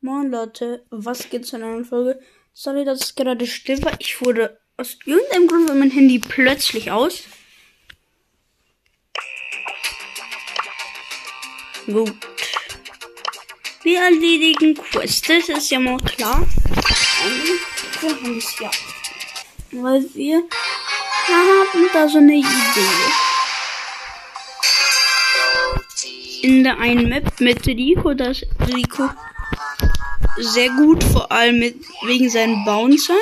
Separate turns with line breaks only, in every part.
Moin Leute, was geht's in einer Folge? Sorry, dass es gerade still war. Ich wurde aus irgendeinem Grund war mein Handy plötzlich aus. Gut. Wir erledigen Quests, das ist ja mal klar. Und wir haben es ja. Weil wir haben da so eine Idee. In der einen Map mit Rico, das Rico sehr gut, vor allem wegen seinen Bouncern.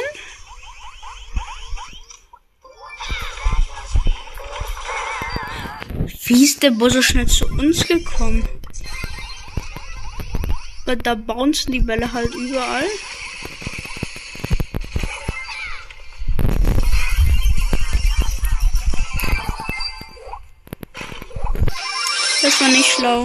Wie ist der Boss so schnell zu uns gekommen? Weil da bouncen die Bälle halt überall. Das war nicht schlau.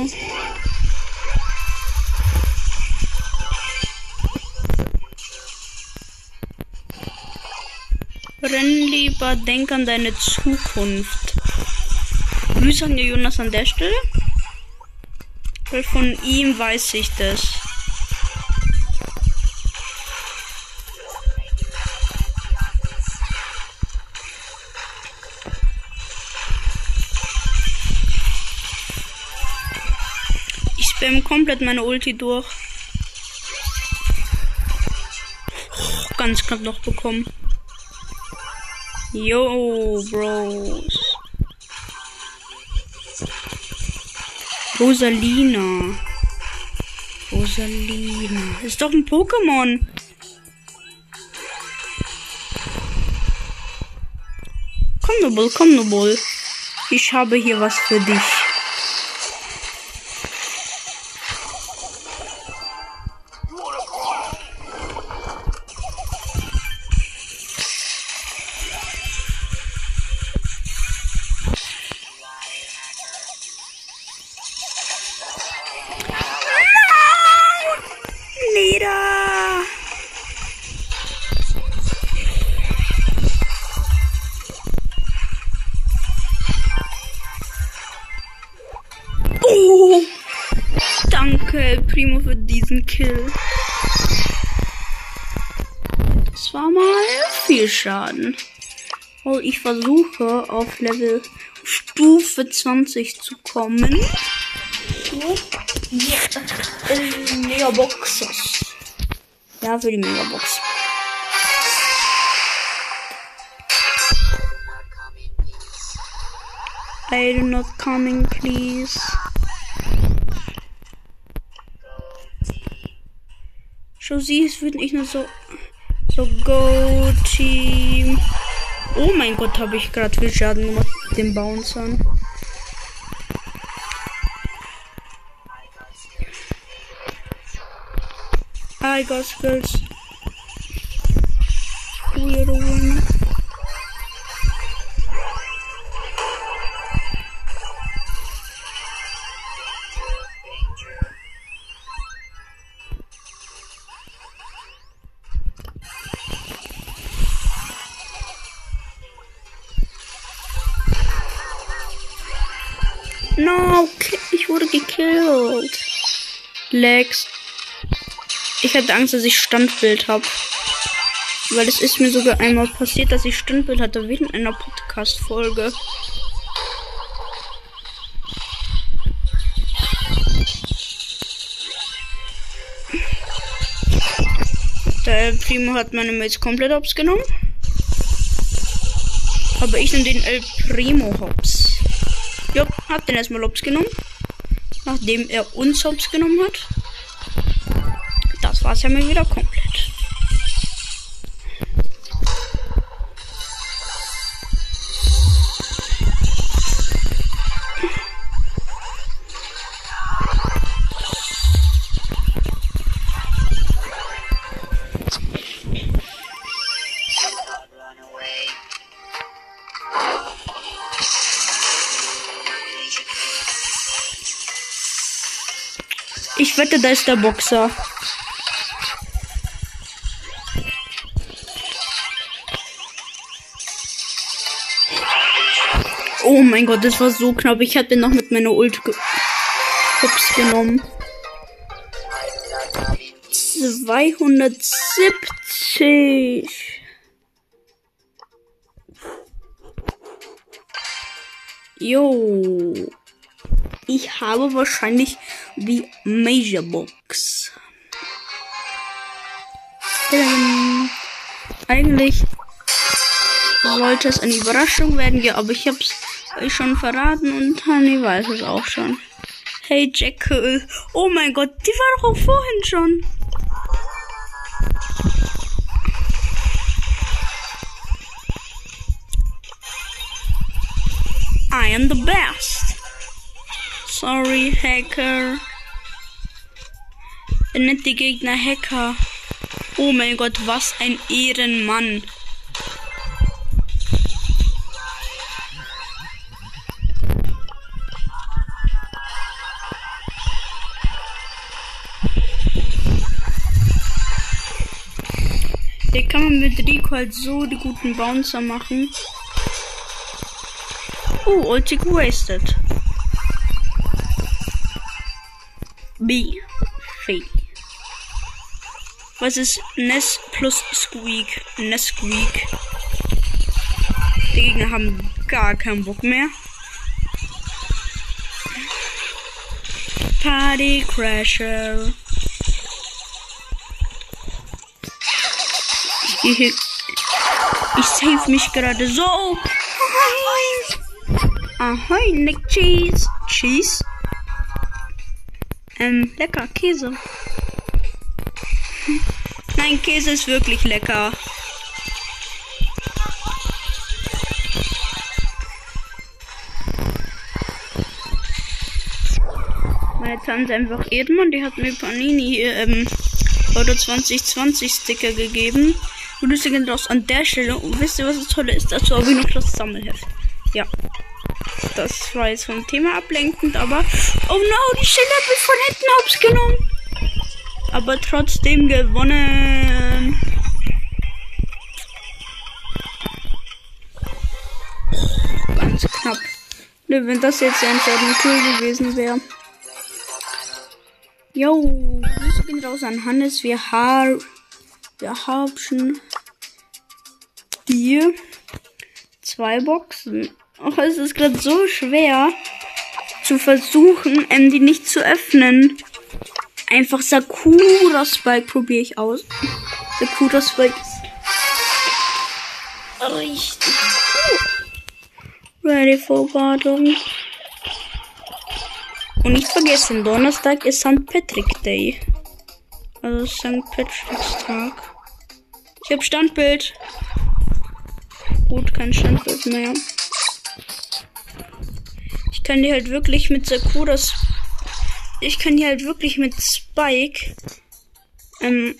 Renn lieber, denk an deine Zukunft. Grüße an Jonas an der Stelle. Weil von ihm weiß ich das. Ich spam komplett meine Ulti durch. Oh, ganz knapp noch bekommen. Yo, Bros. Rosalina. Ist doch ein Pokémon. Komm, Nobel. Ich habe hier was für dich. Oh, danke, Primo, für diesen Kill. Das war mal viel Schaden. Oh, ich versuche auf Level Stufe 20 zu kommen. Megaboxes. Ja, für die Megabox. I do not coming, please. Schau, sie, es wird nicht nur so Go Team. Oh mein Gott, habe ich gerade viel Schaden gemacht mit den Bouncern. I got skills. Weird one. No, ich wurde gekillt. Lex. Ich hatte Angst, dass ich Standbild habe. Weil es ist mir sogar einmal passiert, dass ich Standbild hatte während einer Podcast-Folge. Der Primo hat meine Mates komplett hops genommen. Aber ich nehme den El Primo hops. Jupp, hab den erstmal hops genommen. Nachdem er uns hops genommen hat. Das war's ja mal wieder komplett. Ich wette, da ist der Boxer. Oh mein Gott, das war so knapp. Ich hatte noch mit meiner Ult Hops genommen. 270. Jo. Ich habe wahrscheinlich die Major Box. Eigentlich sollte es eine Überraschung werden, ja, aber ich hab's euch schon verraten und Honey weiß es auch schon. Hey Jekyll. Oh mein Gott, die war doch auch vorhin schon. I am the best. Sorry, Hacker. Er nennt die Gegner Hacker. Oh mein Gott, was ein Ehrenmann. Hier kann man mit Rico halt so die guten Bouncer machen. Oh, Ulti wasted. B. Fee. Was ist Ness plus Squeak? Nesqueak. Die Gegner haben gar keinen Bock mehr. Party Crasher. Ich save mich gerade so. Ahoi, Nick Cheese. Cheese? Lecker, Käse. Nein, Käse ist wirklich lecker. Meine Tante ist einfach Edmund, die hat mir Panini hier, Euro 2020 Sticker gegeben. Grüße gehen raus an der Stelle. Und wisst ihr, was das Tolle ist? Dazu habe ich noch das Sammelheft. Ja. Das war jetzt vom Thema ablenkend, aber... Oh no, die Stelle hat mich von hinten hops genommen. Aber trotzdem gewonnen. Ganz knapp. Ne, wenn das jetzt der entscheidende Kill gewesen wäre. Jo, Grüße gehen raus an Hannes. Wir haben schon hier 2 Boxen. Auch es ist gerade so schwer zu versuchen, die nicht zu öffnen. Einfach Sakura Spike probiere ich aus. Sakura Spike ist richtig gut. Ready for Badung. Und nicht vergessen, Donnerstag ist St. Patrick Day. Also St. Patrick's Tag. Ich habe Standbild. Gut, kein Standbild mehr. Ich kann die halt wirklich mit Sakuras. Ich kann die halt wirklich mit Spike. Wenn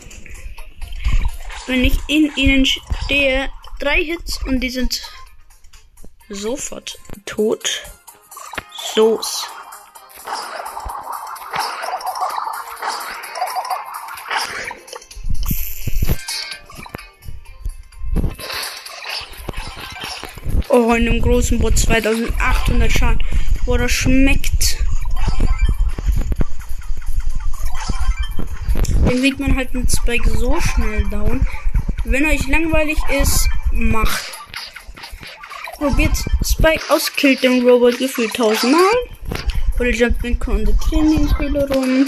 ich in ihnen stehe, 3 Hits und die sind sofort tot. Los. Oh, in einem großen Boot 2800 Schaden. Boah, das schmeckt. Den kriegt man halt mit Spike so schnell down. Wenn euch langweilig ist, macht. Probiert Spike aus, killt den Robot gefühlt 1000 Mal. Oder jumpt mit der Trainingshöhle rum.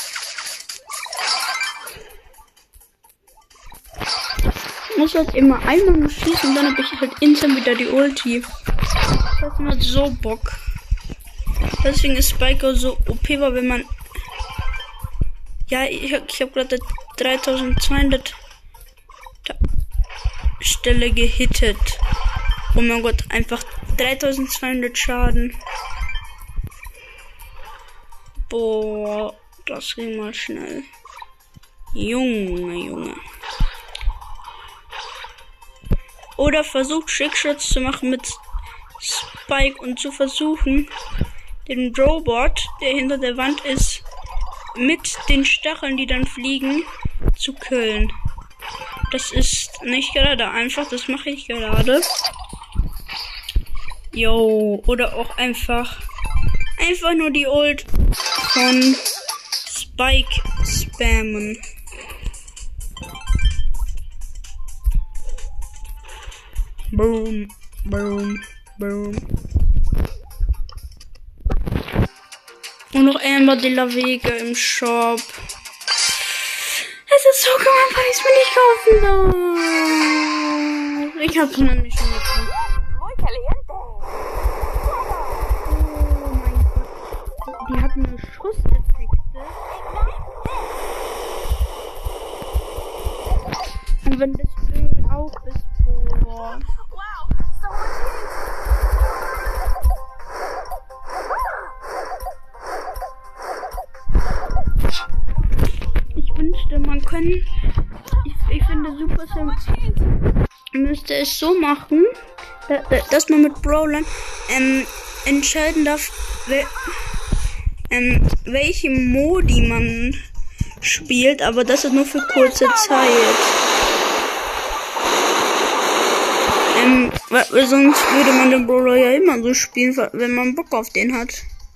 Muss halt immer einmal nur schießen und dann habe ich halt instant wieder die Ulti. Das macht so Bock. Deswegen ist Spike so OP, weil wenn man... Ja, ich hab gerade 3200 Stelle gehittet. Oh mein Gott, einfach 3200 Schaden. Boah, das ging mal schnell. Junge. Oder versucht Schickshots zu machen mit Spike und zu versuchen, den Robot, der hinter der Wand ist, mit den Stacheln, die dann fliegen, zu killen. Das ist nicht gerade einfach, das mache ich gerade. Jo, oder auch einfach nur die Ult von Spike spammen. Boom, boom, boom. Und noch Amber de la Vega im Shop. Es ist so gemein, weil ich es mir nicht kaufen darf. Ich hab's nämlich schon gefunden. Oh mein Gott. Die hatten eine Schusseffekte. Und wenn das Bild auch ist, boah. Ich wünschte, man könnte. Ich finde, Supercell müsste es so machen, dass man mit Brawlern entscheiden darf, welche Modi man spielt, aber das ist nur für kurze Zeit. Weil sonst würde man den Brawler ja immer so spielen, wenn man Bock auf den hat.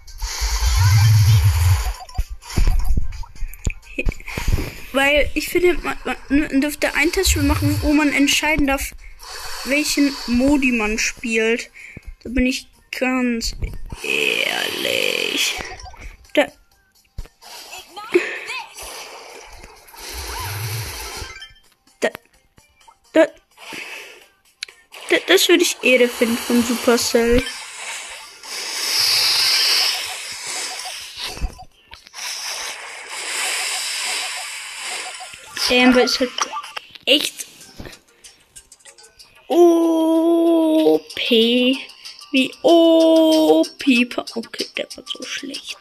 Weil ich finde, man dürfte ein Testspiel machen, wo man entscheiden darf, welchen Modi man spielt. Da bin ich ganz ehrlich. Das würde ich Ehre finden von Supercell. Aber ist halt echt OP. Wie OP. Okay, der war so schlecht.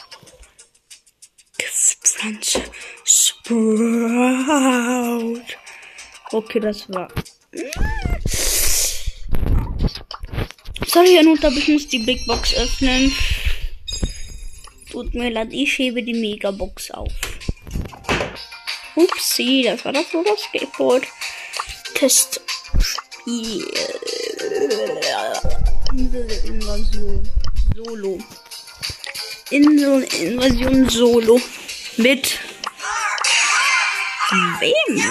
Giftpflanze. Sprout. Okay, das war. Sorry, Anut, aber ich muss die Big Box öffnen. Tut mir leid, ich hebe die Megabox auf. Upsi, das war das Roller Skateboard. Testspiel. Inselinvasion Solo. Inselinvasion Solo. Mit wem?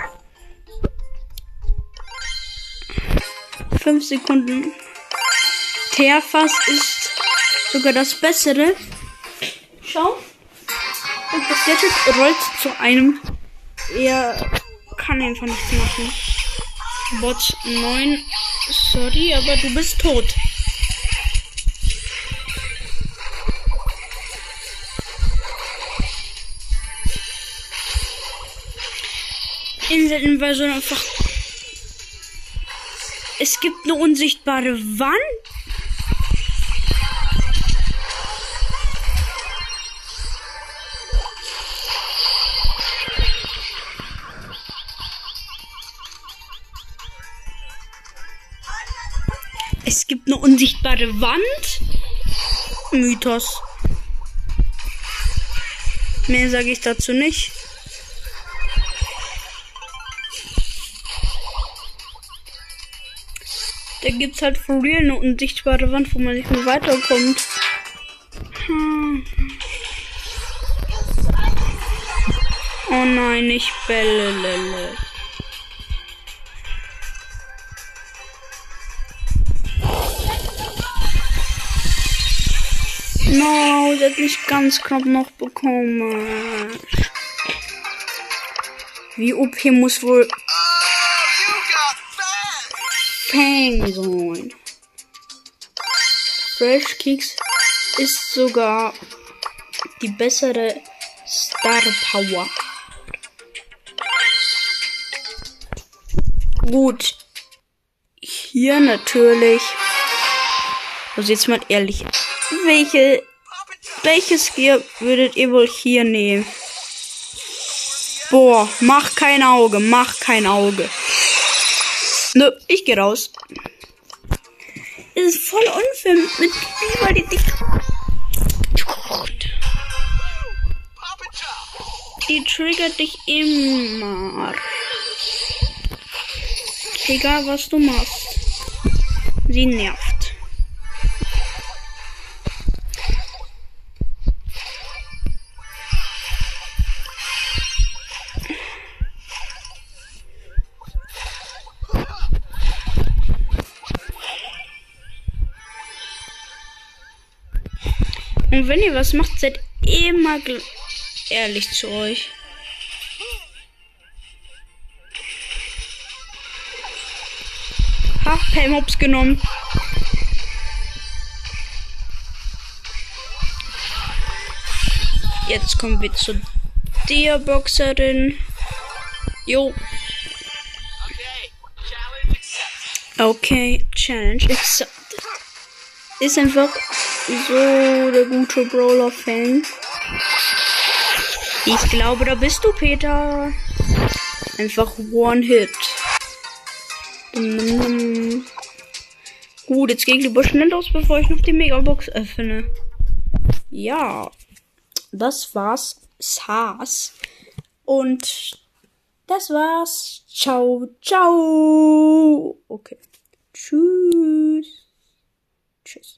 5 Sekunden. Terfas ist sogar das Bessere. Schau. Und das jetzt rollt zu einem. Er kann einfach nichts machen. Bot 9. Sorry, aber du bist tot. Inselinvasion einfach. Es gibt eine unsichtbare Wand. Es gibt eine unsichtbare Wand. Mythos. Mehr sage ich dazu nicht. Da gibt's halt for real eine unsichtbare Wand, wo man nicht mehr weiterkommt. Oh nein, ich bälle. No, der hat mich ganz knapp noch bekommen. Wie OP muss wohl Fang sein. Fresh Kicks ist sogar die bessere Star Power. Gut. Hier natürlich. Also jetzt mal ehrlich. Welches Gear würdet ihr wohl hier nehmen? Boah, mach kein Auge. Nö, ich geh raus. Es ist voll unfair mit Biber, die dich. Die triggert dich immer. Egal was du machst. Sie nervt. Und wenn ihr was macht, seid immer ehrlich zu euch. Ha, Pam Hops genommen. Jetzt kommen wir zu der Boxerin. Jo. Okay, Challenge accepted. Ist einfach so der gute Brawler-Fan. Ich glaube, da bist du, Peter. Einfach One-Hit. Gut, jetzt gehe ich lieber schnell los, bevor ich noch die Megabox öffne. Ja, das war's. Und das war's. Ciao, ciao. Okay. Tschüss. Tschüss.